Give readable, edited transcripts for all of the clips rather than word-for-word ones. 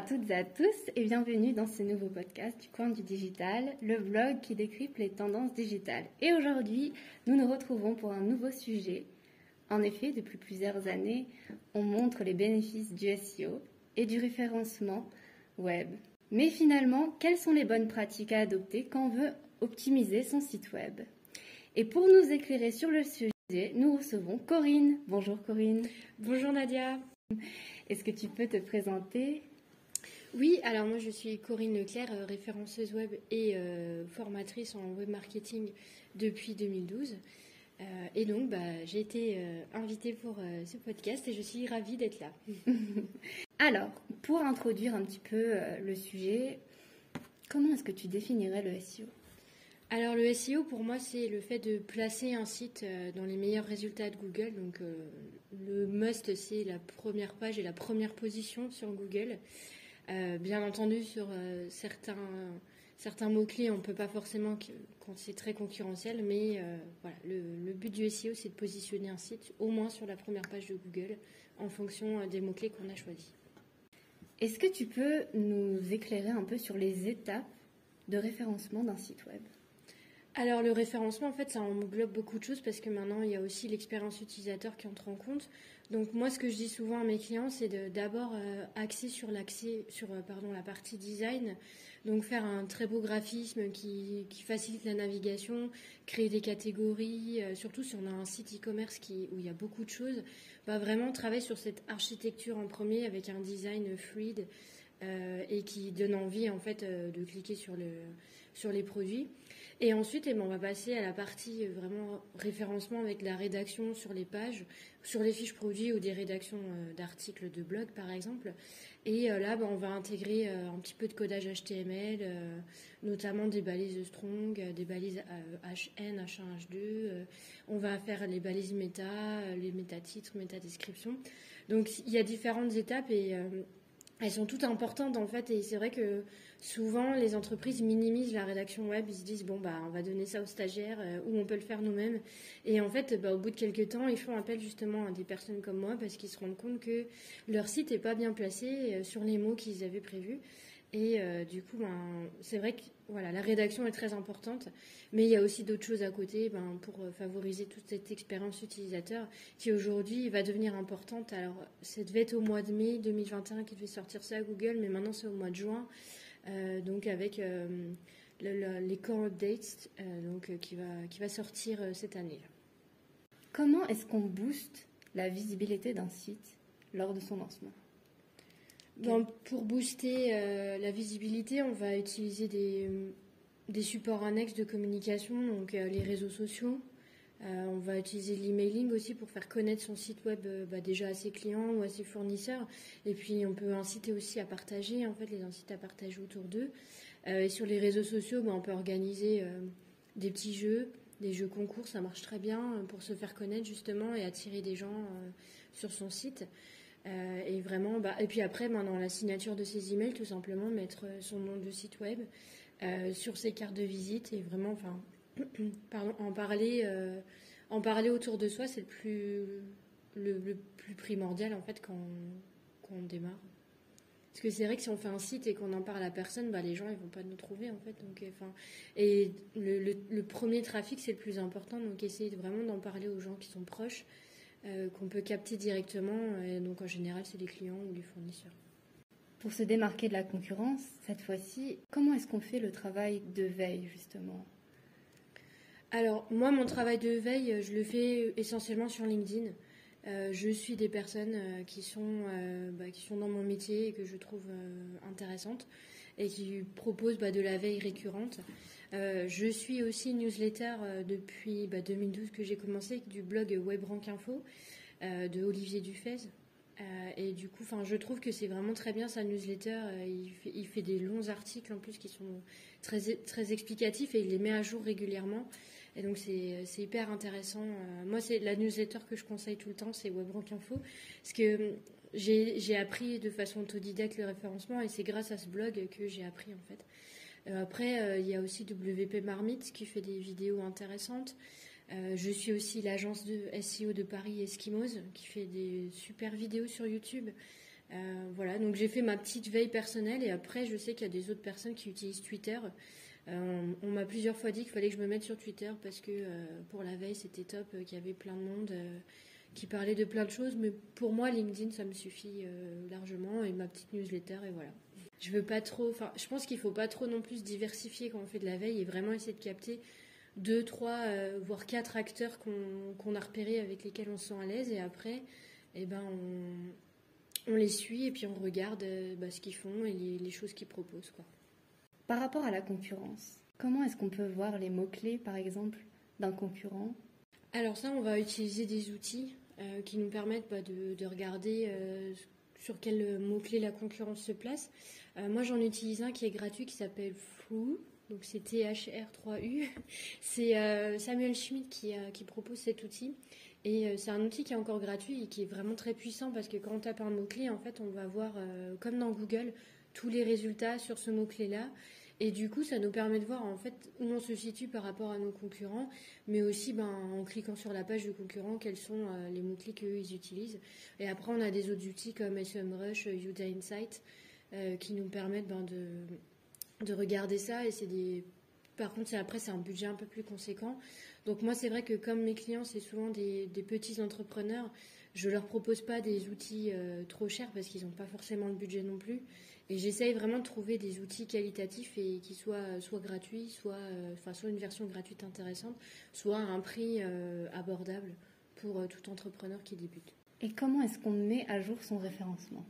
à toutes et à tous et bienvenue dans ce nouveau podcast du Coin du Digital, le blog qui décrypte les tendances digitales. Et aujourd'hui, nous nous retrouvons pour un nouveau sujet. En effet, depuis plusieurs années, on montre les bénéfices du SEO et du référencement web. Mais finalement, quelles sont les bonnes pratiques à adopter quand on veut optimiser son site web? Et pour nous éclairer sur le sujet, nous recevons Corinne. Bonjour Corinne. Bonjour Nadia. Est-ce que tu peux te présenter? Oui, alors moi je suis Corinne Leclerc, référenceuse web et formatrice en web marketing depuis 2012. Et donc j'ai été invitée pour ce podcast et je suis ravie d'être là. Alors, pour introduire un petit peu le sujet, comment est-ce que tu définirais le SEO? Alors le SEO pour moi c'est le fait de placer un site dans les meilleurs résultats de Google. Donc le must c'est la première page et la première position sur Google. Bien entendu sur certains mots-clés on ne peut pas forcément quand c'est très concurrentiel, mais voilà, le but du SEO c'est de positionner un site au moins sur la première page de Google en fonction des mots-clés qu'on a choisis. Est-ce que tu peux nous éclairer un peu sur les étapes de référencement d'un site web? Alors le référencement en fait ça englobe beaucoup de choses parce que maintenant il y a aussi l'expérience utilisateur qui entre en compte. Donc moi ce que je dis souvent à mes clients c'est d'abord axer sur la partie design. Donc faire un très beau graphisme qui facilite la navigation, créer des catégories, surtout si on a un site e-commerce où il y a beaucoup de choses, vraiment travailler sur cette architecture en premier avec un design fluide et qui donne envie en fait de cliquer sur les produits. Et ensuite, on va passer à la partie vraiment référencement avec la rédaction sur les pages, sur les fiches produits ou des rédactions d'articles de blog, par exemple. Et là, on va intégrer un petit peu de codage HTML, notamment des balises strong, des balises HN, H1, H2. On va faire les balises méta, les métatitres, métadescriptions. Donc, il y a différentes étapes et elles sont toutes importantes en fait, et c'est vrai que souvent les entreprises minimisent la rédaction web, ils se disent on va donner ça aux stagiaires ou on peut le faire nous-mêmes, et en fait au bout de quelques temps ils font appel justement à des personnes comme moi parce qu'ils se rendent compte que leur site n'est pas bien placé sur les mots qu'ils avaient prévus. Et du coup, c'est vrai que voilà, la rédaction est très importante, mais il y a aussi d'autres choses à côté pour favoriser toute cette expérience utilisateur qui aujourd'hui va devenir importante. Alors, ça devait être au mois de mai 2021 qu'il devait sortir ça à Google, mais maintenant c'est au mois de juin, donc avec les core updates qui va sortir cette année. Comment est-ce qu'on booste la visibilité d'un site lors de son lancement? Pour booster la visibilité, on va utiliser des supports annexes de communication, donc les réseaux sociaux. On va utiliser l'emailing aussi pour faire connaître son site web déjà à ses clients ou à ses fournisseurs. Et puis on peut inciter aussi à partager, en fait, les inciter à partager autour d'eux. Et sur les réseaux sociaux, on peut organiser des petits jeux, des jeux concours, ça marche très bien pour se faire connaître justement et attirer des gens sur son site. Et vraiment, et puis après, dans la signature de ses emails, tout simplement mettre son nom de site web sur ses cartes de visite et vraiment, en parler autour de soi, c'est le plus primordial en fait quand on démarre. Parce que c'est vrai que si on fait un site et qu'on en parle à personne, les gens ils vont pas nous trouver en fait. Donc, et le premier trafic c'est le plus important, donc essayer vraiment d'en parler aux gens qui sont proches. Qu'on peut capter directement, et donc en général c'est les clients ou les fournisseurs. Pour se démarquer de la concurrence, cette fois-ci, comment est-ce qu'on fait le travail de veille justement? Alors moi mon travail de veille, je le fais essentiellement sur LinkedIn. Je suis des personnes qui sont dans mon métier et que je trouve intéressantes et qui proposent de la veille récurrente. Je suis aussi newsletter depuis 2012 que j'ai commencé, du blog WebRank Info de Olivier Dufez. Et du coup, je trouve que c'est vraiment très bien sa newsletter. Il fait des longs articles en plus qui sont très, très explicatifs et il les met à jour régulièrement. Et donc c'est hyper intéressant. Moi, c'est la newsletter que je conseille tout le temps, c'est WebRank Info, parce que j'ai appris de façon autodidacte le référencement et c'est grâce à ce blog que j'ai appris en fait. Après, il y a aussi WP Marmite qui fait des vidéos intéressantes. Je suis aussi l'agence de SEO de Paris Eskimos qui fait des super vidéos sur YouTube. Voilà, donc j'ai fait ma petite veille personnelle et après je sais qu'il y a des autres personnes qui utilisent Twitter. On m'a plusieurs fois dit qu'il fallait que je me mette sur Twitter parce que pour la veille c'était top, qu'il y avait plein de monde qui parlait de plein de choses, mais pour moi LinkedIn ça me suffit largement et ma petite newsletter et voilà. Je veux pas trop, enfin je pense qu'il faut pas trop non plus se diversifier quand on fait de la veille et vraiment essayer de capter 2, 3, voire 4 acteurs qu'on a repérés avec lesquels on se sent à l'aise et après eh ben on les suit et puis on regarde ce qu'ils font et les choses qu'ils proposent, quoi. Par rapport à la concurrence, comment est-ce qu'on peut voir les mots-clés, par exemple, d'un concurrent? Alors ça, on va utiliser des outils qui nous permettent de regarder sur quels mots-clés la concurrence se place. Moi, j'en utilise un qui est gratuit qui s'appelle Flu. Donc c'est THR3U. C'est Samuel Schmidt qui propose cet outil. Et c'est un outil qui est encore gratuit et qui est vraiment très puissant parce que quand on tape un mot-clé, en fait, on va voir, comme dans Google, tous les résultats sur ce mot-clé-là. Et du coup, ça nous permet de voir en fait où on se situe par rapport à nos concurrents, mais aussi en cliquant sur la page du concurrent, quels sont les mots-clés qu'eux ils utilisent. Et après, on a des autres outils comme SEMrush, User Insight, qui nous permettent de regarder ça. Et par contre, après, c'est un budget un peu plus conséquent. Donc moi, c'est vrai que comme mes clients, c'est souvent des petits entrepreneurs, je leur propose pas des outils trop chers parce qu'ils n'ont pas forcément le budget non plus. Et j'essaye vraiment de trouver des outils qualitatifs et qui soient soit gratuits, soit une version gratuite intéressante, soit à un prix abordable pour tout entrepreneur qui débute. Et comment est-ce qu'on met à jour son référencement?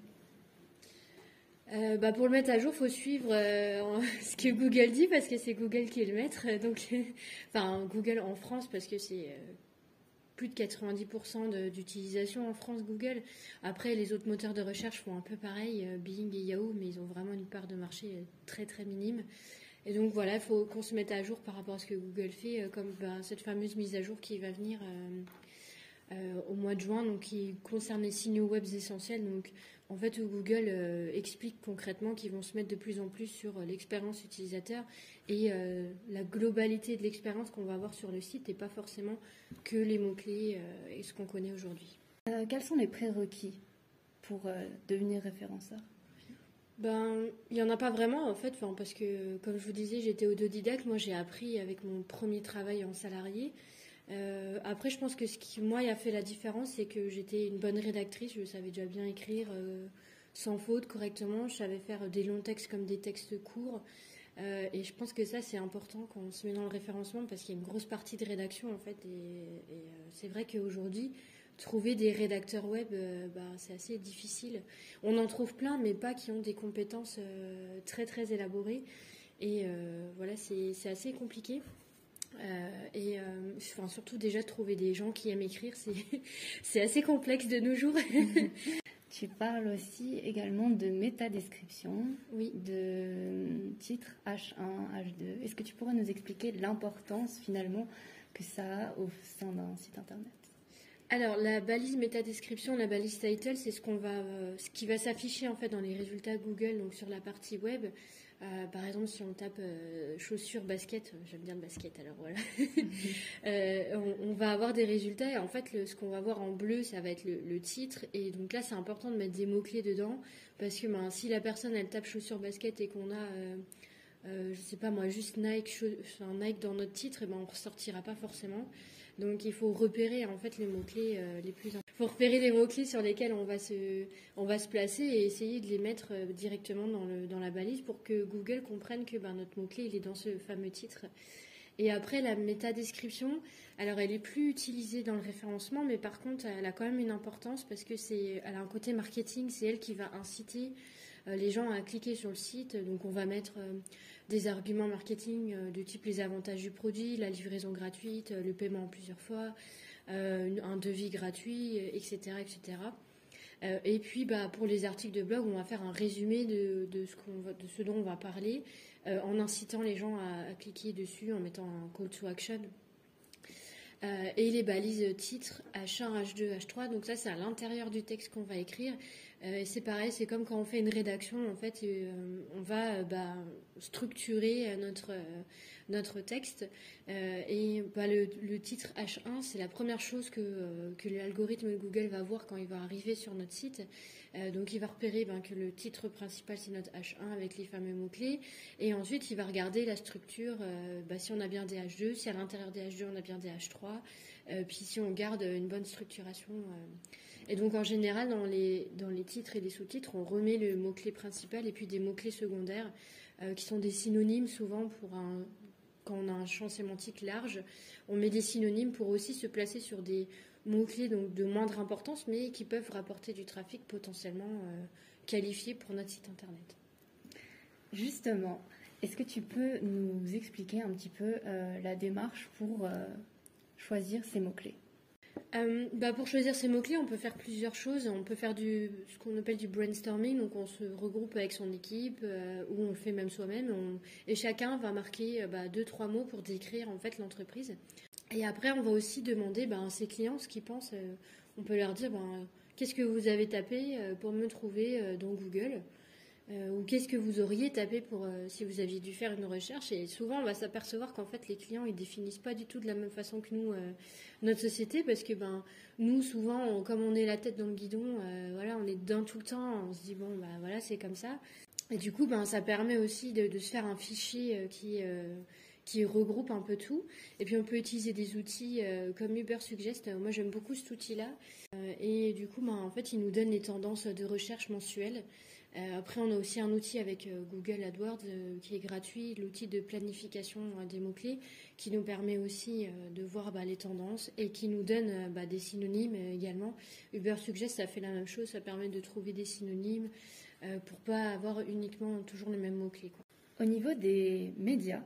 Pour le mettre à jour, il faut suivre ce que Google dit parce que c'est Google qui est le maître. Donc, Google en France parce que c'est plus de 90% d'utilisation en France Google. Après, les autres moteurs de recherche font un peu pareil, Bing et Yahoo, mais ils ont vraiment une part de marché très très minime. Et donc voilà, il faut qu'on se mette à jour par rapport à ce que Google fait, comme cette fameuse mise à jour qui va venir au mois de juin, donc qui concerne les signaux web essentiels. Donc en fait, Google explique concrètement qu'ils vont se mettre de plus en plus sur l'expérience utilisateur et la globalité de l'expérience qu'on va avoir sur le site et pas forcément que les mots-clés et ce qu'on connaît aujourd'hui. Quels sont les prérequis pour devenir référenceur? Il n'y en a pas vraiment en fait, parce que comme je vous disais, j'étais autodidacte. Moi, j'ai appris avec mon premier travail en salarié. Après, je pense que ce qui, moi, a fait la différence, c'est que j'étais une bonne rédactrice. Je savais déjà bien écrire sans faute, correctement. Je savais faire des longs textes comme des textes courts. Et je pense que ça, c'est important quand on se met dans le référencement parce qu'il y a une grosse partie de rédaction, en fait. Et c'est vrai qu'aujourd'hui, trouver des rédacteurs web, c'est assez difficile. On en trouve plein, mais pas qui ont des compétences très, très élaborées. Et voilà, c'est assez compliqué. Surtout déjà trouver des gens qui aiment écrire, c'est assez complexe de nos jours. Tu parles aussi également de métadescription, oui. De titres H1, H2. Est-ce que tu pourrais nous expliquer l'importance finalement que ça a au sein d'un site internet? Alors la balise métadescription, la balise title, c'est ce qui va s'afficher en fait dans les résultats Google, donc sur la partie web. Par exemple, si on tape chaussures, basket, j'aime bien le basket, alors voilà, on va avoir des résultats et en fait, ce qu'on va voir en bleu, ça va être le titre. Et donc là, c'est important de mettre des mots-clés dedans parce que si la personne, elle tape chaussures, basket et qu'on a, je sais pas moi, juste Nike dans notre titre, on ne ressortira pas forcément. Donc il faut repérer en fait les mots-clés les plus importants. Il faut repérer les mots-clés sur lesquels on va se placer et essayer de les mettre directement dans la balise pour que Google comprenne que notre mot-clé il est dans ce fameux titre. Et après la métadescription, alors elle est plus utilisée dans le référencement, mais par contre elle a quand même une importance parce que elle a un côté marketing, c'est elle qui va inciter les gens à cliquer sur le site. Donc on va mettre des arguments marketing du type les avantages du produit, la livraison gratuite, le paiement en plusieurs fois, un devis gratuit, etc. etc. Et puis pour les articles de blog, on va faire un résumé de ce dont on va parler en incitant les gens à cliquer dessus, en mettant un call to action. Et les balises titres H1, H2, H3, donc ça c'est à l'intérieur du texte qu'on va écrire. Et c'est pareil, c'est comme quand on fait une rédaction, en fait, on va structurer notre texte. Et le titre H1, c'est la première chose que l'algorithme Google va voir quand il va arriver sur notre site. Donc il va repérer que le titre principal, c'est notre H1 avec les fameux mots-clés. Et ensuite, il va regarder la structure, si on a bien des H2, si à l'intérieur des H2, on a bien des H3. Puis si on garde une bonne structuration. Et donc en général, dans les titres et les sous-titres, on remet le mot-clé principal et puis des mots-clés secondaires qui sont des synonymes souvent quand on a un champ sémantique large. On met des synonymes pour aussi se placer sur des mots-clés donc de moindre importance mais qui peuvent rapporter du trafic potentiellement qualifié pour notre site internet. Justement, est-ce que tu peux nous expliquer un petit peu la démarche pour choisir ces mots-clés? Pour choisir ces mots-clés, on peut faire plusieurs choses. On peut faire ce qu'on appelle du brainstorming, donc on se regroupe avec son équipe, ou on le fait même soi-même, et chacun va marquer 2-3 mots pour décrire en fait l'entreprise. Et après, on va aussi demander à ses clients ce qu'ils pensent. On peut leur dire qu'est-ce que vous avez tapé pour me trouver dans Google, ou qu'est-ce que vous auriez tapé si vous aviez dû faire une recherche. Et souvent, on va s'apercevoir qu'en fait, les clients, ils définissent pas du tout de la même façon que nous notre société, parce que nous, souvent, comme on est la tête dans le guidon, on est dedans tout le temps, on se dit c'est comme ça. Et du coup, ça permet aussi de se faire un fichier qui regroupe un peu tout. Et puis on peut utiliser des outils comme Ubersuggest. Moi j'aime beaucoup cet outil-là. Et du coup, en fait, il nous donne les tendances de recherche mensuelles. Après, on a aussi un outil avec Google AdWords qui est gratuit, l'outil de planification des mots-clés, qui nous permet aussi de voir les tendances et qui nous donne des synonymes également. Ubersuggest, ça fait la même chose, ça permet de trouver des synonymes pour pas avoir uniquement toujours les mêmes mots-clés. Au niveau des médias,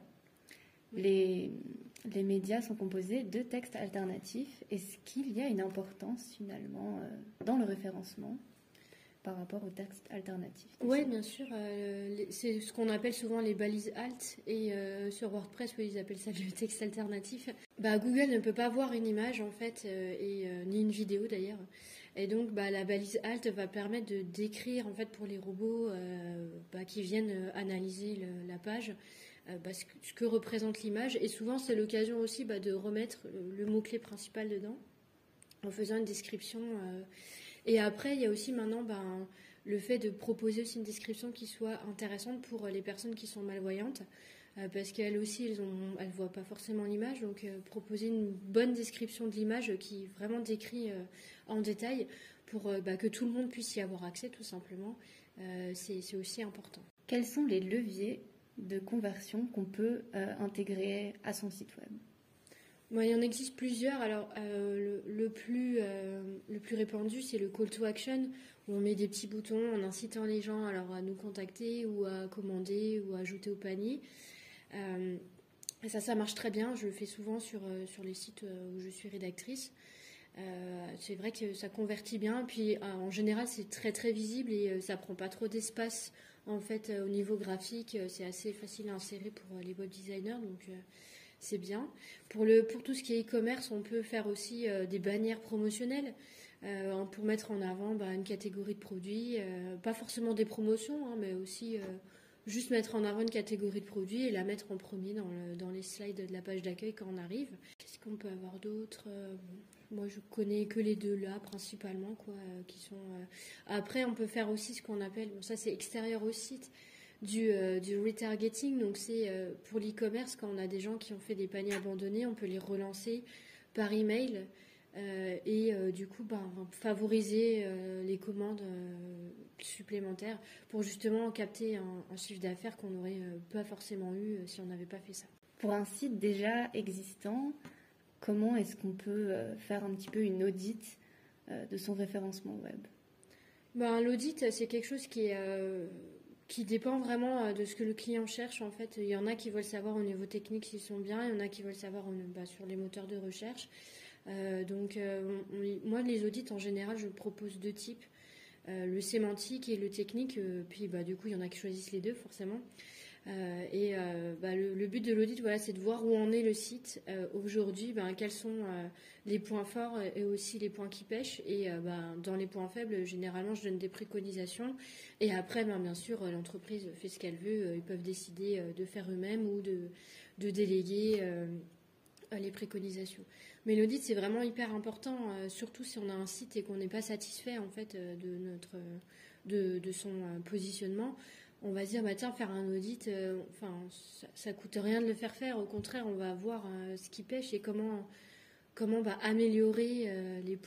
les médias sont composés de textes alternatifs. Est-ce qu'il y a une importance finalement dans le référencement par rapport aux textes alternatifs? Oui, bien sûr. C'est ce qu'on appelle souvent les balises alt. Et sur WordPress, ils appellent ça le texte alternatif. Google ne peut pas voir une image, en fait, ni une vidéo d'ailleurs. Et donc, la balise alt va permettre de décrire, en fait, pour les robots qui viennent analyser la page, ce que représente l'image. Et souvent, c'est l'occasion aussi de remettre le mot-clé principal dedans, en faisant une description. Et après, il y a aussi maintenant le fait de proposer aussi une description qui soit intéressante pour les personnes qui sont malvoyantes, parce qu'elles aussi, elles voient pas forcément l'image. Donc, proposer une bonne description de l'image qui vraiment décrit en détail pour que tout le monde puisse y avoir accès, tout simplement, c'est aussi important. Quels sont les leviers de conversion qu'on peut intégrer à son site web? Il y en existe plusieurs. Alors, le plus répandu, c'est le call to action, où on met des petits boutons en incitant les gens à nous contacter ou à commander ou à ajouter au panier. Et ça marche très bien. Je le fais souvent sur les sites où je suis rédactrice. C'est vrai que ça convertit bien. Et puis, en général, c'est très, très visible et ça prend pas trop d'espace. En fait, au niveau graphique, c'est assez facile à insérer pour les web designers. Donc, c'est bien. Pour tout ce qui est e-commerce, on peut faire aussi des bannières promotionnelles pour mettre en avant une catégorie de produits. Pas forcément des promotions, mais aussi juste mettre en avant une catégorie de produits et la mettre en premier dans les slides de la page d'accueil quand on arrive. Qu'est-ce qu'on peut avoir d'autre? Moi, je connais que les deux là, principalement, qui sont... Après, on peut faire aussi ce qu'on appelle... ça, c'est extérieur au site. Du retargeting, donc c'est pour l'e-commerce, quand on a des gens qui ont fait des paniers abandonnés, on peut les relancer par email et du coup favoriser les commandes supplémentaires pour justement capter un chiffre d'affaires qu'on n'aurait pas forcément eu si on n'avait pas fait ça. Pour un site déjà existant, comment est-ce qu'on peut faire un petit peu une audit de son référencement web? L'audit, c'est quelque chose qui dépend vraiment de ce que le client cherche. En fait, il y en a qui veulent savoir au niveau technique s'ils sont bien, il y en a qui veulent savoir sur les moteurs de recherche. Moi, les audits, en général, je propose deux types. Le sémantique et le technique. Puis, du coup, il y en a qui choisissent les deux, forcément. Le but de l'audit, voilà, c'est de voir où en est le site aujourd'hui, quels sont les points forts et aussi les points qui pêchent. Et dans les points faibles, généralement, je donne des préconisations. Et après, bien sûr, l'entreprise fait ce qu'elle veut. Ils peuvent décider de faire eux-mêmes ou de déléguer les préconisations. Mais l'audit, c'est vraiment hyper important, surtout si on a un site et qu'on n'est pas satisfait en fait de son positionnement. On va se dire, tiens, faire un audit, ça coûte rien de le faire. Au contraire, on va voir ce qui pêche et comment améliorer les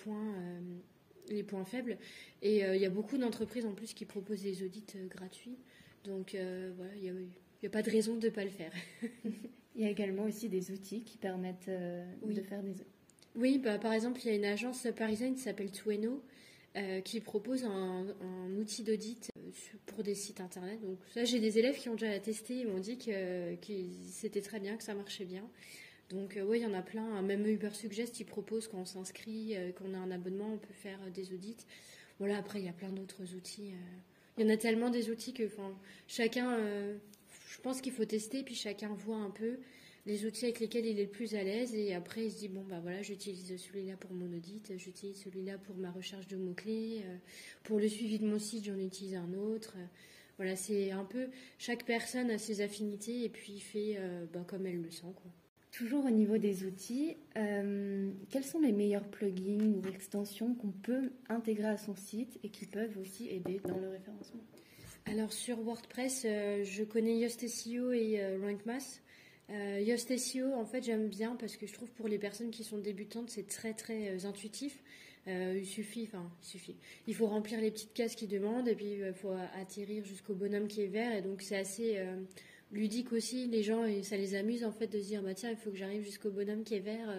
points faibles. Et il y a beaucoup d'entreprises en plus qui proposent des audits gratuits. Donc voilà, il n'y a pas de raison de ne pas le faire. Il y a également aussi des outils qui permettent de faire des audits. Oui, par exemple, il y a une agence parisienne qui s'appelle Tueno, qui propose un outil d'audit pour des sites internet. Donc ça, j'ai des élèves qui ont déjà testé, ils m'ont dit que c'était très bien, que ça marchait bien. Donc oui, il y en a plein. Même Ubersuggest, ils proposent quand on s'inscrit, qu'on a un abonnement, on peut faire des audits. Voilà, après, il y a plein d'autres outils. Il y en a tellement des outils que chacun, je pense qu'il faut tester, puis chacun voit un peu les outils avec lesquels il est le plus à l'aise, et après il se dit voilà, j'utilise celui-là pour mon audit, j'utilise celui-là pour ma recherche de mots-clés, pour le suivi de mon site j'en utilise un autre. Voilà, c'est un peu, chaque personne a ses affinités et puis fait comme elle le sent, quoi. Toujours au niveau des outils, quels sont les meilleurs plugins ou extensions qu'on peut intégrer à son site et qui peuvent aussi aider dans le référencement? Alors sur WordPress, je connais Yoast SEO et Rank Math. Yoast SEO, en fait, j'aime bien parce que je trouve pour les personnes qui sont débutantes, c'est très très intuitif. Il suffit. Il faut remplir les petites cases qu'ils demandent et puis il faut atterrir jusqu'au bonhomme qui est vert. Et donc c'est assez ludique aussi. Les gens, et ça les amuse en fait de se dire tiens, il faut que j'arrive jusqu'au bonhomme qui est vert.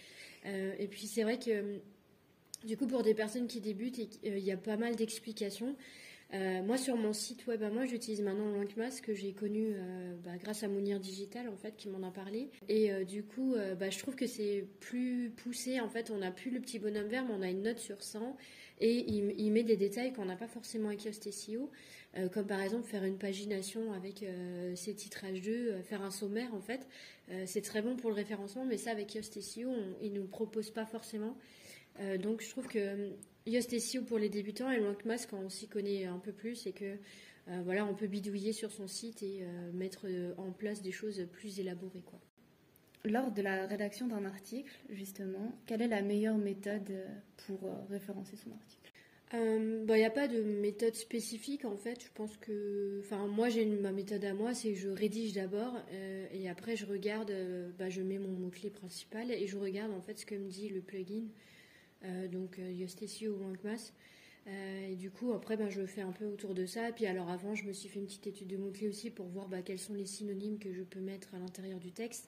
Et puis c'est vrai que du coup pour des personnes qui débutent, il y a pas mal d'explications. Moi sur mon site web, moi j'utilise maintenant Rankmath que j'ai connu grâce à Mounir Digital en fait qui m'en a parlé, et du coup je trouve que c'est plus poussé en fait. On n'a plus le petit bonhomme vert mais on a une note sur 100 et il met des détails qu'on n'a pas forcément avec Yoast SEO, comme par exemple faire une pagination avec ses titrages 2, faire un sommaire en fait. C'est très bon pour le référencement, mais ça avec Yoast SEO il ne nous propose pas forcément. Donc je trouve que Yoast SEO pour les débutants et Rank Math quand on s'y connaît un peu plus, et que on peut bidouiller sur son site et mettre en place des choses plus élaborées, quoi. Lors de la rédaction d'un article, justement, quelle est la meilleure méthode pour référencer son article? Il n'y a pas de méthode spécifique en fait. Je pense que, moi j'ai ma méthode à moi, c'est que je rédige d'abord et après je regarde, je mets mon mot-clé principal et je regarde en fait ce que me dit le plugin. Donc Yoast SEO ou Rank Math. Et du coup après je fais un peu autour de ça. Et puis alors avant je me suis fait une petite étude de mots-clés aussi pour voir quels sont les synonymes que je peux mettre à l'intérieur du texte.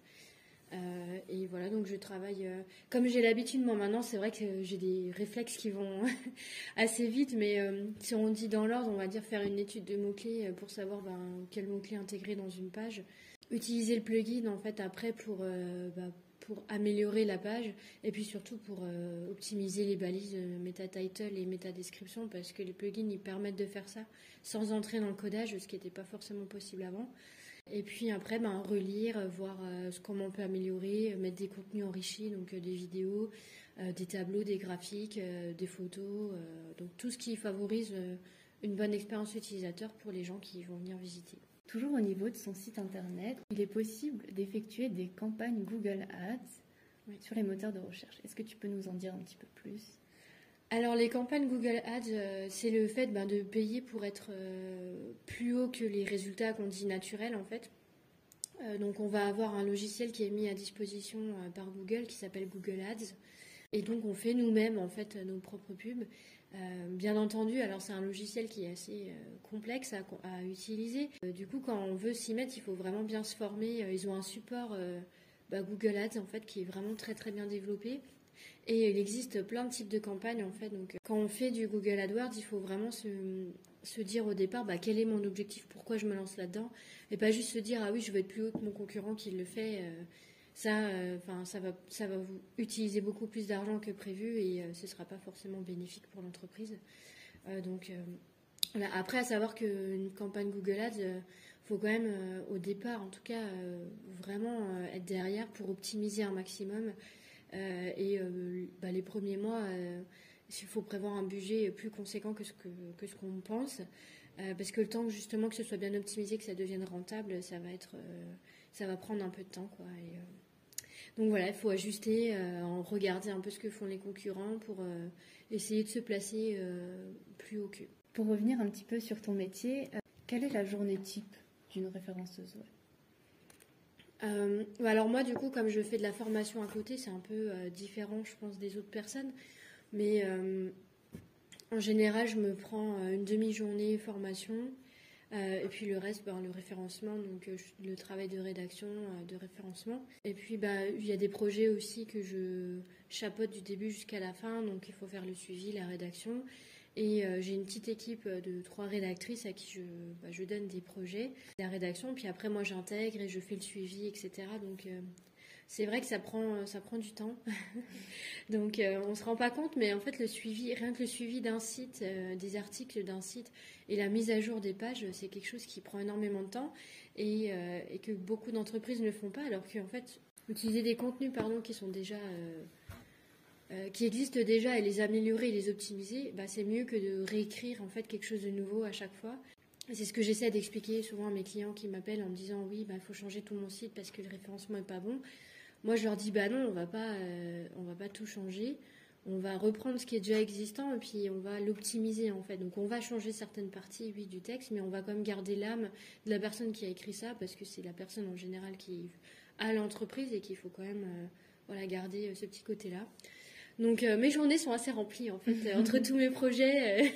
Et voilà, donc je travaille comme j'ai l'habitude. Moi maintenant c'est vrai que j'ai des réflexes qui vont assez vite, mais si on dit dans l'ordre, on va dire faire une étude de mots-clés pour savoir quel mot-clé intégrer dans une page, utiliser le plugin en fait après pour améliorer la page, et puis surtout pour optimiser les balises meta title et meta description, parce que les plugins ils permettent de faire ça sans entrer dans le codage, ce qui n'était pas forcément possible avant. Et puis après relire, voir comment on peut améliorer, mettre des contenus enrichis, donc des vidéos, des tableaux, des graphiques, des photos, donc tout ce qui favorise une bonne expérience utilisateur pour les gens qui vont venir visiter. Toujours au niveau de son site internet, il est possible d'effectuer des campagnes Google Ads sur les moteurs de recherche. Est-ce que tu peux nous en dire un petit peu plus? Alors les campagnes Google Ads, c'est le fait de payer pour être plus haut que les résultats qu'on dit naturels en fait. Donc on va avoir un logiciel qui est mis à disposition par Google qui s'appelle Google Ads. Et donc on fait nous-mêmes en fait nos propres pubs. Bien entendu, alors c'est un logiciel qui est assez complexe à utiliser. Du coup, quand on veut s'y mettre, il faut vraiment bien se former. Ils ont un support Google Ads en fait qui est vraiment très très bien développé. Et il existe plein de types de campagnes en fait. Donc quand on fait du Google AdWords, il faut vraiment se dire au départ quel est mon objectif, pourquoi je me lance là-dedans, et pas juste se dire ah oui je veux être plus haut que mon concurrent qui le fait. Ça va vous utiliser beaucoup plus d'argent que prévu et ce ne sera pas forcément bénéfique pour l'entreprise. Après, à savoir qu'une campagne Google Ads, faut quand même, au départ en tout cas, vraiment être derrière pour optimiser un maximum. Les premiers mois, il faut prévoir un budget plus conséquent que ce qu'on pense. Parce que le temps justement que ce soit bien optimisé, que ça devienne rentable, ça va prendre un peu de temps, quoi. Donc voilà, il faut ajuster, regarder un peu ce que font les concurrents pour essayer de se placer plus haut qu'eux. Pour revenir un petit peu sur ton métier, quelle est la journée type d'une référenceuse web? Alors moi, du coup, comme je fais de la formation à côté, c'est un peu différent, je pense, des autres personnes. Mais en général, je me prends une demi-journée formation. Et puis le reste, le référencement, donc le travail de rédaction, de référencement. Et puis il y a des projets aussi que je chapeaute du début jusqu'à la fin, donc il faut faire le suivi, la rédaction. Et j'ai une petite équipe de 3 rédactrices à qui je donne des projets, la rédaction, puis après moi j'intègre et je fais le suivi, etc. Donc c'est vrai que ça prend du temps. Donc on ne se rend pas compte, mais en fait rien que le suivi d'un site, des articles d'un site et la mise à jour des pages, c'est quelque chose qui prend énormément de temps et que beaucoup d'entreprises ne font pas, alors qu'en fait utiliser des contenus qui sont déjà qui existent déjà et les améliorer et les optimiser, c'est mieux que de réécrire en fait quelque chose de nouveau à chaque fois. Et c'est ce que j'essaie d'expliquer souvent à mes clients qui m'appellent en me disant oui, il faut changer tout mon site parce que le référencement est pas bon. Moi, je leur dis non, on va pas tout changer. On va reprendre ce qui est déjà existant et puis on va l'optimiser en fait. Donc on va changer certaines parties, oui, du texte, mais on va quand même garder l'âme de la personne qui a écrit ça parce que c'est la personne en général qui a l'entreprise et qu'il faut quand même garder ce petit côté-là. Donc mes journées sont assez remplies en fait entre tous mes projets.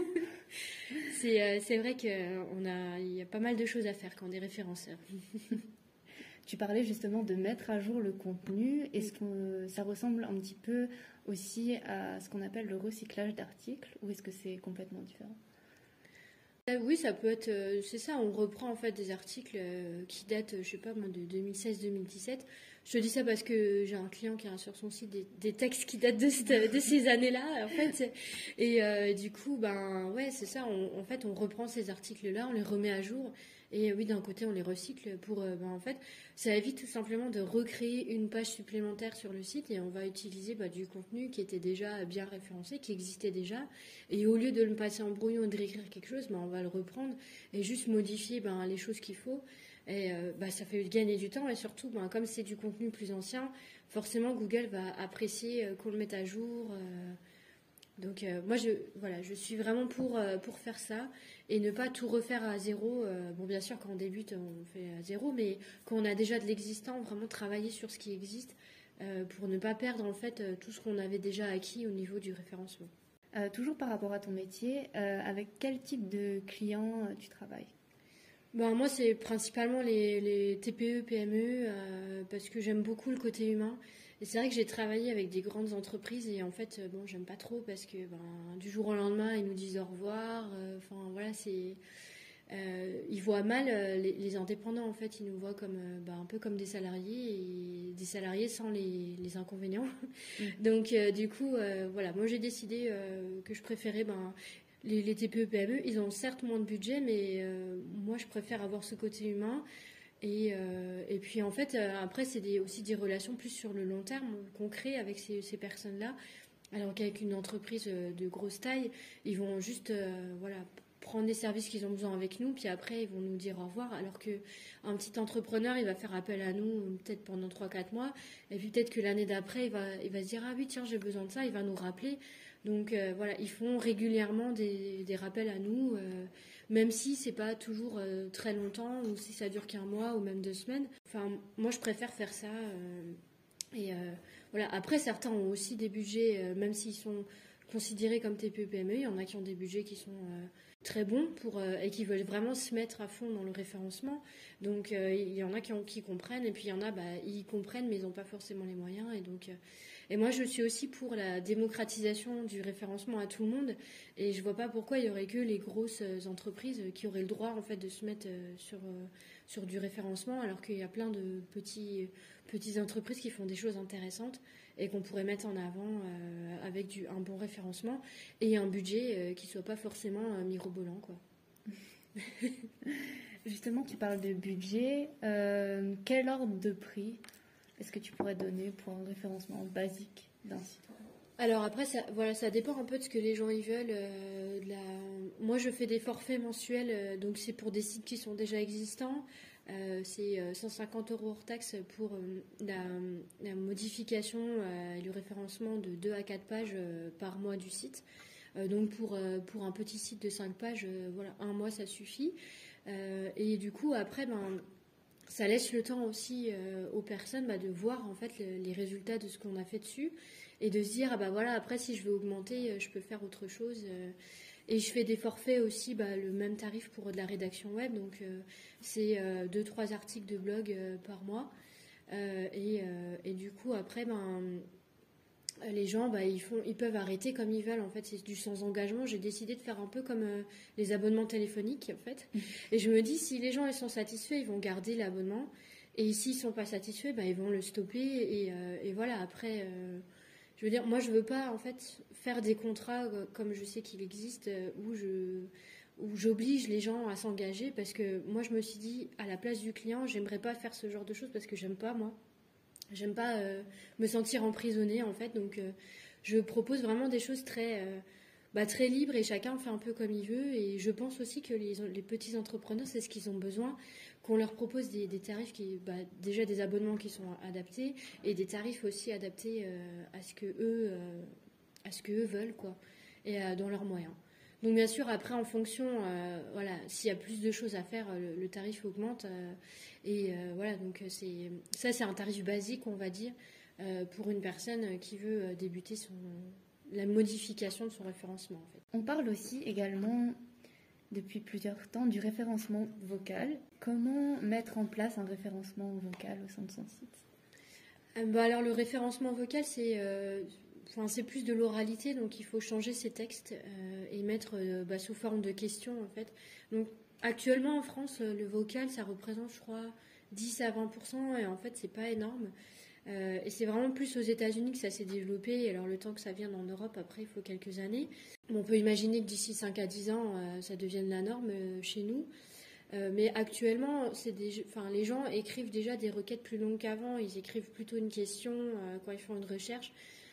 C'est vrai qu'il y a pas mal de choses à faire quand on est référenceur. Tu parlais justement de mettre à jour le contenu. Est-ce que ça ressemble un petit peu aussi à ce qu'on appelle le recyclage d'articles ou est-ce que c'est complètement différent? Oui, ça peut être, c'est ça, on reprend en fait des articles qui datent, je sais pas moi, de 2016-2017. Je te dis ça parce que j'ai un client qui a sur son site des textes qui datent de ces années-là, en fait. Et du coup, ouais, c'est ça, en fait, on reprend ces articles-là, on les remet à jour. Et oui, d'un côté, on les recycle pour, en fait, ça évite tout simplement de recréer une page supplémentaire sur le site et on va utiliser du contenu qui était déjà bien référencé, qui existait déjà. Et au lieu de le passer en brouillon et de réécrire quelque chose, on va le reprendre et juste modifier les choses qu'il faut. Et ça fait gagner du temps et surtout, comme c'est du contenu plus ancien, forcément Google va apprécier qu'on le mette à jour. Donc moi, je suis vraiment pour faire ça et ne pas tout refaire à zéro. Bon, bien sûr, quand on débute, on fait à zéro, mais quand on a déjà de l'existant, vraiment travailler sur ce qui existe pour ne pas perdre en fait tout ce qu'on avait déjà acquis au niveau du référencement. Toujours par rapport à ton métier, avec quel type de clients tu travailles? Moi, c'est principalement les TPE, PME, parce que j'aime beaucoup le côté humain. Et c'est vrai que j'ai travaillé avec des grandes entreprises et en fait, j'aime pas trop parce que du jour au lendemain, ils nous disent au revoir. Ils voient mal les indépendants, en fait. Ils nous voient comme, un peu comme des salariés et des salariés sans les inconvénients. Donc, du coup, moi, j'ai décidé que je préférais... les TPE, PME, ils ont certes moins de budget, mais moi, je préfère avoir ce côté humain. Et puis, en fait, après, c'est aussi des relations plus sur le long terme qu'on crée avec ces personnes-là. Alors qu'avec une entreprise de grosse taille, ils vont juste prendre les services qu'ils ont besoin avec nous, puis après, ils vont nous dire au revoir. Alors qu'un petit entrepreneur, il va faire appel à nous peut-être pendant 3-4 mois. Et puis, peut-être que l'année d'après, il va se dire « Ah oui, tiens, j'ai besoin de ça », il va nous rappeler. Donc ils font régulièrement des rappels à nous, même si c'est pas toujours très longtemps, ou si ça dure qu'un mois ou même 2 semaines. Enfin, moi je préfère faire ça. Après, certains ont aussi des budgets, même s'ils sont considérés comme TPE-PME, il y en a qui ont des budgets qui sont très bons et qui veulent vraiment se mettre à fond dans le référencement. Donc il y en a qui comprennent, et puis il y en a, ils comprennent, mais ils n'ont pas forcément les moyens. Et moi, je suis aussi pour la démocratisation du référencement à tout le monde. Et je vois pas pourquoi il y aurait que les grosses entreprises qui auraient le droit en fait de se mettre sur du référencement, alors qu'il y a plein de petites entreprises qui font des choses intéressantes et qu'on pourrait mettre en avant avec un bon référencement et un budget qui soit pas forcément mirobolant, quoi. Justement, tu parles de budget. Quel ordre de prix est-ce que tu pourrais donner pour un référencement basique d'un site? Alors après, ça dépend un peu de ce que les gens y veulent. Moi, je fais des forfaits mensuels, donc c'est pour des sites qui sont déjà existants. C'est 150 € hors taxe pour la modification et le référencement de 2 à 4 pages par mois du site. Donc pour un petit site de 5 pages, voilà, un mois ça suffit. Et du coup, après, ça laisse le temps aussi aux personnes de voir en fait les résultats de ce qu'on a fait dessus et de se dire ah bah voilà, après si je veux augmenter, je peux faire autre chose. Et je fais des forfaits aussi, le même tarif pour de la rédaction web, donc c'est 2-3 articles de blog par mois. Et du coup après les gens, ils peuvent arrêter comme ils veulent. En fait, c'est du sans engagement. J'ai décidé de faire un peu comme les abonnements téléphoniques, en fait. Et je me dis, si les gens ils sont satisfaits, ils vont garder l'abonnement. Et s'ils sont pas satisfaits, ils vont le stopper. Et voilà. Après, je veux dire, moi, je veux pas en fait faire des contrats comme je sais qu'il existe où j'oblige les gens à s'engager parce que moi, je me suis dit, à la place du client, j'aimerais pas faire ce genre de choses parce que j'aime pas moi. J'aime pas me sentir emprisonnée en fait, donc je propose vraiment des choses très libres et chacun fait un peu comme il veut. Et je pense aussi que les petits entrepreneurs, c'est ce qu'ils ont besoin, qu'on leur propose des tarifs déjà des abonnements qui sont adaptés et des tarifs aussi adaptés à ce que eux veulent quoi, et dans leurs moyens. Donc bien sûr, après, en fonction, s'il y a plus de choses à faire, le tarif augmente. Voilà, donc c'est un tarif basique, on va dire, pour une personne qui veut débuter la modification de son référencement, en fait. On parle aussi également, depuis plusieurs temps, du référencement vocal. Comment mettre en place un référencement vocal au sein de son site? Alors, le référencement vocal, c'est plus de l'oralité, donc il faut changer ses textes et mettre sous forme de questions en fait. Donc actuellement en France, le vocal ça représente je crois 10 à 20% et en fait c'est pas énorme. Et c'est vraiment plus aux États-Unis que ça s'est développé. Et alors le temps que ça vienne en Europe, après il faut quelques années. On peut imaginer que d'ici 5 à 10 ans, ça devienne la norme chez nous. Mais actuellement, les gens écrivent déjà des requêtes plus longues qu'avant. Ils écrivent plutôt une question quand ils font une recherche.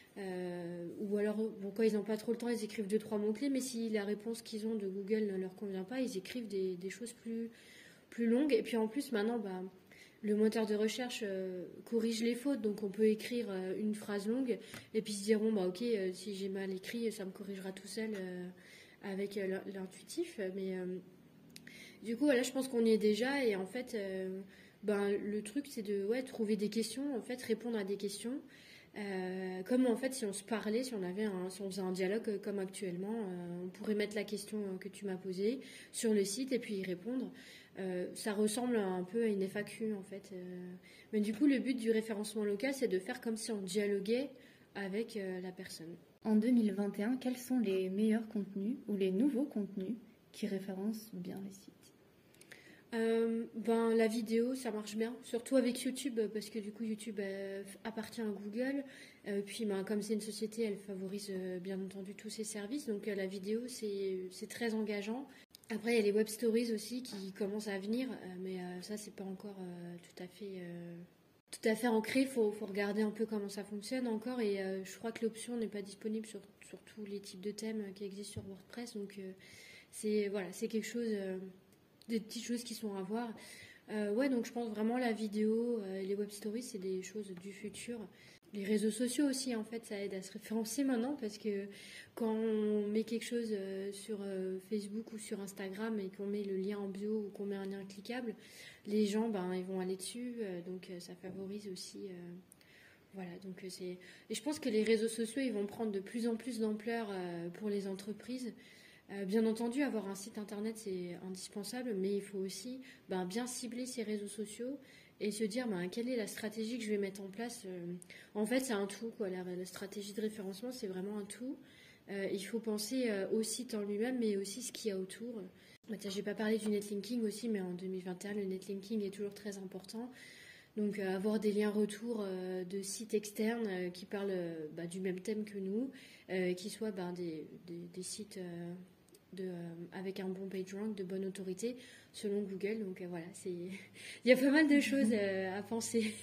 Ou alors, quand ils n'ont pas trop le temps, ils écrivent 2-3 mots-clés. Mais si la réponse qu'ils ont de Google ne leur convient pas, ils écrivent des choses plus longues. Et puis en plus, maintenant, le moteur de recherche corrige les fautes. Donc on peut écrire une phrase longue et puis se dire, ok, si j'ai mal écrit, ça me corrigera tout seul avec l'intuitif. Mais du coup, je pense qu'on y est déjà. Et en fait, le truc, c'est de trouver des questions, en fait, répondre à des questions. Comme en fait si on se parlait, si on faisait un dialogue comme actuellement, on pourrait mettre la question que tu m'as posée sur le site et puis y répondre. Ça ressemble un peu à une FAQ en fait. Mais du coup le but du référencement local c'est de faire comme si on dialoguait avec la personne. En 2021, quels sont les meilleurs contenus ou les nouveaux contenus qui référencent bien les sites? La vidéo ça marche bien, surtout avec YouTube parce que du coup YouTube appartient à Google, puis comme c'est une société elle favorise bien entendu tous ses services, donc la vidéo c'est très engageant. Après il y a les web stories aussi qui commencent à venir, mais ça c'est pas encore tout à fait ancré, il faut regarder un peu comment ça fonctionne encore et je crois que l'option n'est pas disponible sur tous les types de thèmes qui existent sur WordPress, donc c'est quelque chose... des petites choses qui sont à voir. Donc je pense vraiment la vidéo et les web stories, c'est des choses du futur. Les réseaux sociaux aussi, en fait, ça aide à se référencer maintenant parce que quand on met quelque chose sur Facebook ou sur Instagram et qu'on met le lien en bio ou qu'on met un lien cliquable, les gens, ils vont aller dessus. Donc ça favorise aussi... Et je pense que les réseaux sociaux, ils vont prendre de plus en plus d'ampleur pour les entreprises. Bien entendu, avoir un site internet c'est indispensable, mais il faut aussi bien cibler ces réseaux sociaux et se dire quelle est la stratégie que je vais mettre en place. En fait, c'est un tout, quoi. La stratégie de référencement, c'est vraiment un tout. Il faut penser au site en lui-même, mais aussi ce qu'il y a autour. J'ai pas parlé du netlinking aussi, mais en 2021, le netlinking est toujours très important. Donc avoir des liens retour de sites externes qui parlent du même thème que nous, qui soient des sites avec un bon PageRank, de bonne autorité selon Google. Donc voilà, il y a pas mal de choses à penser.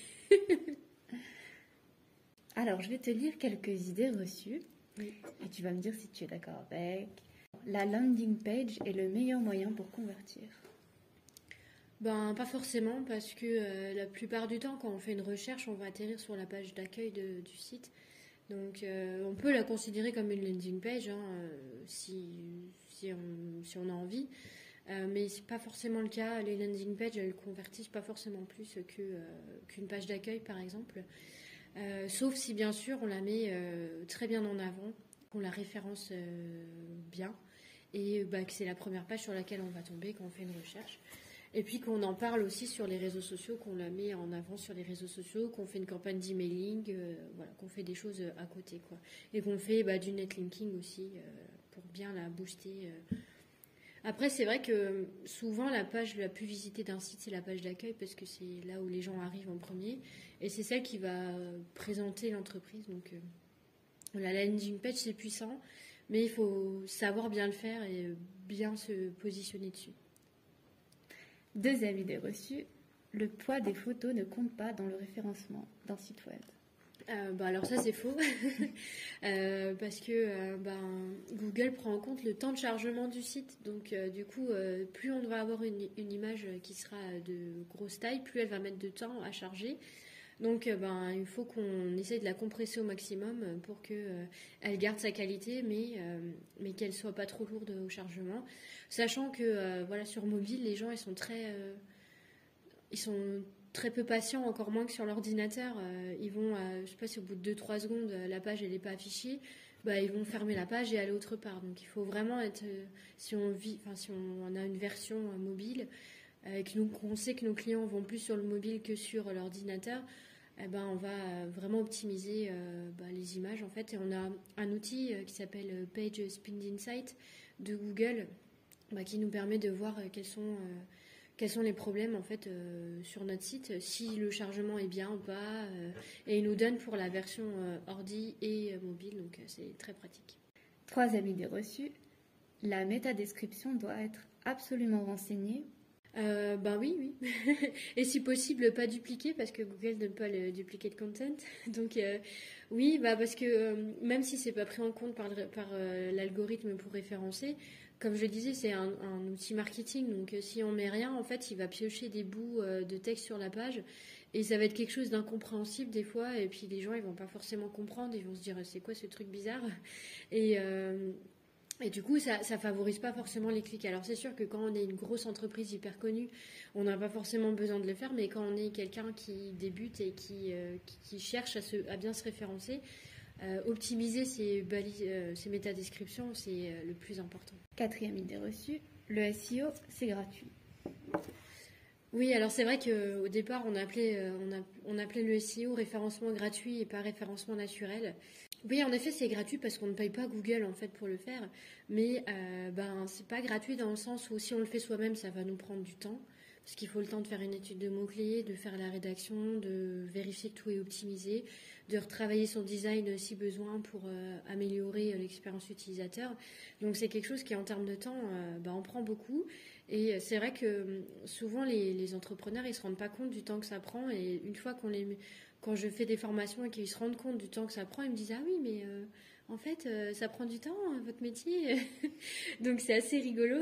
Alors, je vais te lire quelques idées reçues Oui. et tu vas me dire si tu es d'accord avec. La landing page est le meilleur moyen pour convertir. Ben, pas forcément, parce que la plupart du temps, quand on fait une recherche, on va atterrir sur la page d'accueil du site. Donc, on peut la considérer comme une landing page, hein, si on a envie. Mais c'est pas forcément le cas. Les landing pages, elles convertissent pas forcément plus qu'une page d'accueil, par exemple. Sauf si, bien sûr, on la met très bien en avant, qu'on la référence bien, et que c'est la première page sur laquelle on va tomber quand on fait une recherche. Et puis qu'on en parle aussi sur les réseaux sociaux, qu'on la met en avant sur les réseaux sociaux, qu'on fait une campagne d'emailing, voilà, qu'on fait des choses à côté, quoi. Et qu'on fait du netlinking aussi pour bien la booster. Après, c'est vrai que souvent la page la plus visitée d'un site, c'est la page d'accueil parce que c'est là où les gens arrivent en premier et c'est celle qui va présenter l'entreprise. Donc la landing page, c'est puissant, mais il faut savoir bien le faire et bien se positionner dessus. Deuxième idée reçue, le poids des photos ne compte pas dans le référencement d'un site web. Alors ça c'est faux parce que Google prend en compte le temps de chargement du site, donc du coup plus on va avoir une image qui sera de grosse taille, plus elle va mettre de temps à charger. Donc il faut qu'on essaie de la compresser au maximum pour qu'elle garde sa qualité, mais qu'elle soit pas trop lourde au chargement, sachant que sur mobile les gens ils sont très peu patients, encore moins que sur l'ordinateur. Ils vont, je sais pas si au bout de 2-3 secondes, la page elle n'est pas affichée, ils vont fermer la page et aller autre part. Donc il faut vraiment être, si on a une version mobile, et qu'on sait que nos clients vont plus sur le mobile que sur l'ordinateur, on va vraiment optimiser les images en fait. Et on a un outil qui s'appelle Page Speed Insight de Google qui nous permet de voir quels sont les problèmes en fait sur notre site, si le chargement est bien ou pas, et il nous donne pour la version ordi et mobile, donc c'est très pratique. Troisième idée reçue, la métadescription doit être absolument renseignée. Oui. Et si possible, pas dupliquer parce que Google n'aime pas le duplicate content. Donc oui, parce que même si c'est pas pris en compte par l'algorithme pour référencer, comme je le disais, c'est un outil marketing. Donc si on met rien, en fait, il va piocher des bouts de texte sur la page et ça va être quelque chose d'incompréhensible des fois. Et puis les gens, ils vont pas forcément comprendre. Ils vont se dire c'est quoi ce truc bizarre et du coup, ça favorise pas forcément les clics. Alors c'est sûr que quand on est une grosse entreprise hyper connue, on n'a pas forcément besoin de le faire, mais quand on est quelqu'un qui débute et qui cherche à bien se référencer, optimiser ses métadescriptions, c'est le plus important. Quatrième idée reçue, le SEO, c'est gratuit. Oui, alors c'est vrai qu'au départ, on appelait le SEO référencement gratuit et pas référencement naturel. Oui, en effet, c'est gratuit parce qu'on ne paye pas Google en fait pour le faire, mais c'est pas gratuit dans le sens où si on le fait soi-même, ça va nous prendre du temps parce qu'il faut le temps de faire une étude de mots-clés, de faire la rédaction, de vérifier que tout est optimisé, de retravailler son design si besoin pour améliorer l'expérience utilisateur. Donc c'est quelque chose qui en termes de temps, on prend beaucoup. Et c'est vrai que souvent les entrepreneurs ils se rendent pas compte du temps que ça prend et une fois quand je fais des formations et qu'ils se rendent compte du temps que ça prend, ils me disent ah oui mais en fait ça prend du temps votre métier donc c'est assez rigolo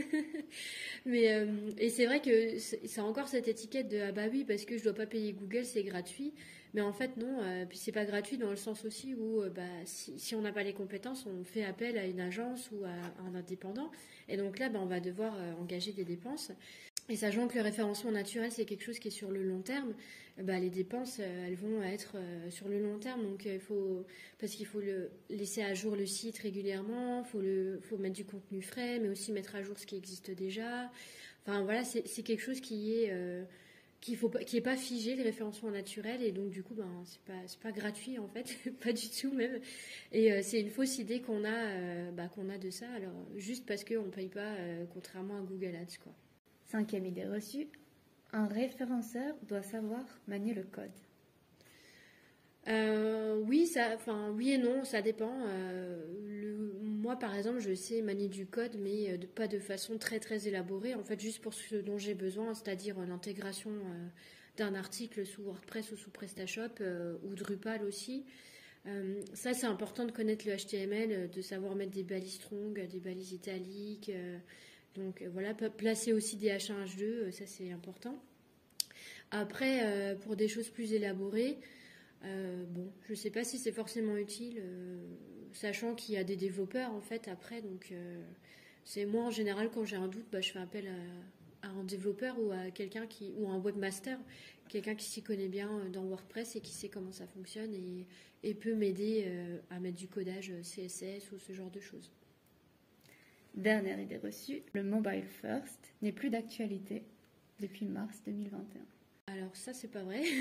mais et c'est vrai que ça a encore cette étiquette de ah bah oui parce que je dois pas payer Google c'est gratuit. Mais en fait, non. Puis c'est pas gratuit dans le sens aussi où si on n'a pas les compétences, on fait appel à une agence ou à un indépendant. Et donc là, on va devoir engager des dépenses. Et sachant que le référencement naturel, c'est quelque chose qui est sur le long terme, les dépenses, elles vont être sur le long terme. Donc parce qu'il faut laisser à jour le site régulièrement, faut mettre du contenu frais, mais aussi mettre à jour ce qui existe déjà. Enfin voilà, c'est quelque chose qui est pas figé, le référencement naturel, et donc du coup c'est pas gratuit en fait pas du tout même, et c'est une fausse idée qu'on a de ça, alors juste parce qu'on paye pas contrairement à Google Ads quoi. Cinquième idée reçue, un référenceur doit savoir manier le code. Oui et non, ça dépend. moi, par exemple, je sais manier du code, mais pas de façon très très élaborée. En fait, juste pour ce dont j'ai besoin, c'est-à-dire l'intégration d'un article sous WordPress ou sous PrestaShop ou Drupal aussi. Ça, c'est important de connaître le HTML, de savoir mettre des balises strong, des balises italiques. Donc voilà, placer aussi des H1, H2, ça c'est important. Après, pour des choses plus élaborées, je ne sais pas si c'est forcément utile, sachant qu'il y a des développeurs en fait après. Donc c'est moi en général quand j'ai un doute, je fais appel à un développeur ou à quelqu'un ou un webmaster, quelqu'un qui s'y connaît bien dans WordPress et qui sait comment ça fonctionne et peut m'aider à mettre du codage CSS ou ce genre de choses. Dernière idée reçue, le mobile first n'est plus d'actualité depuis mars 2021. Alors ça c'est pas vrai.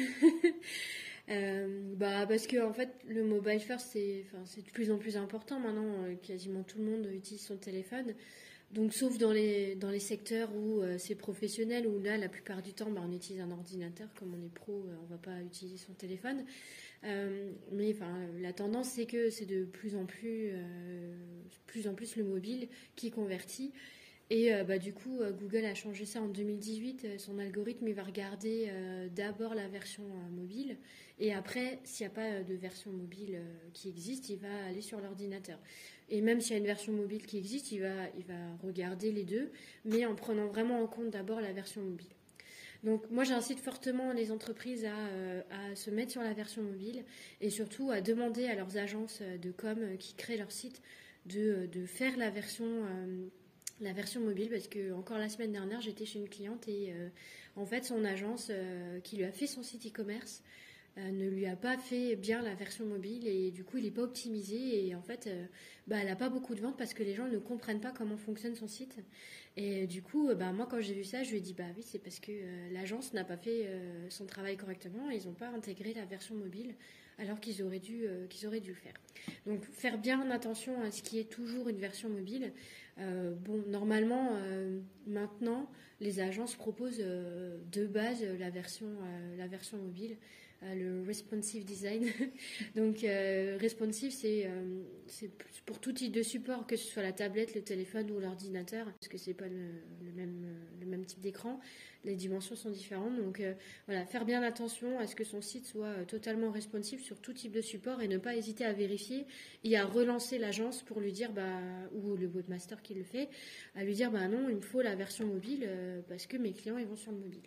Parce que en fait le mobile first c'est de plus en plus important maintenant. Quasiment tout le monde utilise son téléphone. Donc sauf dans les secteurs où c'est professionnel, où là la plupart du temps on utilise un ordinateur. Comme on est pro, on va pas utiliser son téléphone. Mais la tendance c'est que c'est de plus en plus le mobile qui convertit. Et du coup, Google a changé ça en 2018. Son algorithme, il va regarder d'abord la version mobile. Et après, s'il n'y a pas de version mobile qui existe, il va aller sur l'ordinateur. Et même s'il y a une version mobile qui existe, il va regarder les deux, mais en prenant vraiment en compte d'abord la version mobile. Donc moi, j'incite fortement les entreprises à se mettre sur la version mobile et surtout à demander à leurs agences de com qui créent leur site de faire la version mobile, parce que encore la semaine dernière j'étais chez une cliente et en fait son agence qui lui a fait son site e-commerce ne lui a pas fait bien la version mobile et du coup il n'est pas optimisé et en fait elle n'a pas beaucoup de ventes parce que les gens ne comprennent pas comment fonctionne son site et du coup moi quand j'ai vu ça je lui ai dit oui c'est parce que l'agence n'a pas fait son travail correctement et ils n'ont pas intégré la version mobile alors qu'ils auraient dû le faire. Donc faire bien attention à ce qui est toujours une version mobile. Normalement, maintenant, les agences proposent de base la version mobile, le responsive design. Donc responsive, c'est pour tout type de support, que ce soit la tablette, le téléphone ou l'ordinateur, parce que c'est pas le même type d'écran. Les dimensions sont différentes, donc faire bien attention à ce que son site soit totalement responsive sur tout type de support et ne pas hésiter à vérifier et à relancer l'agence pour lui dire, ou le webmaster qui le fait, à lui dire non, il me faut la version mobile parce que mes clients ils vont sur le mobile.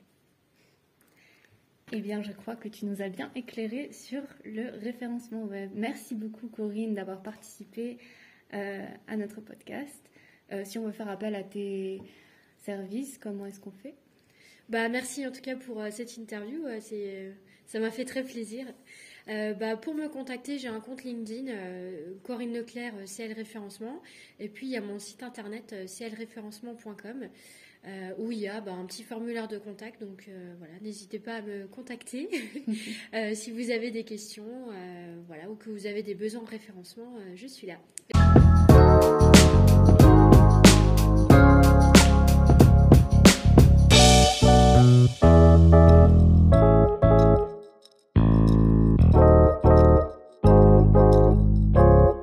Eh bien, je crois que tu nous as bien éclairé sur le référencement web. Merci beaucoup Corinne d'avoir participé à notre podcast. Si on veut faire appel à tes services, comment est-ce qu'on fait ? Merci en tout cas pour cette interview, ça m'a fait très plaisir. Pour me contacter, j'ai un compte LinkedIn, Corinne Leclerc, CL Référencement, et puis il y a mon site internet clréférencement.com où il y a un petit formulaire de contact, donc n'hésitez pas à me contacter si vous avez des questions ou que vous avez des besoins en référencement, je suis là.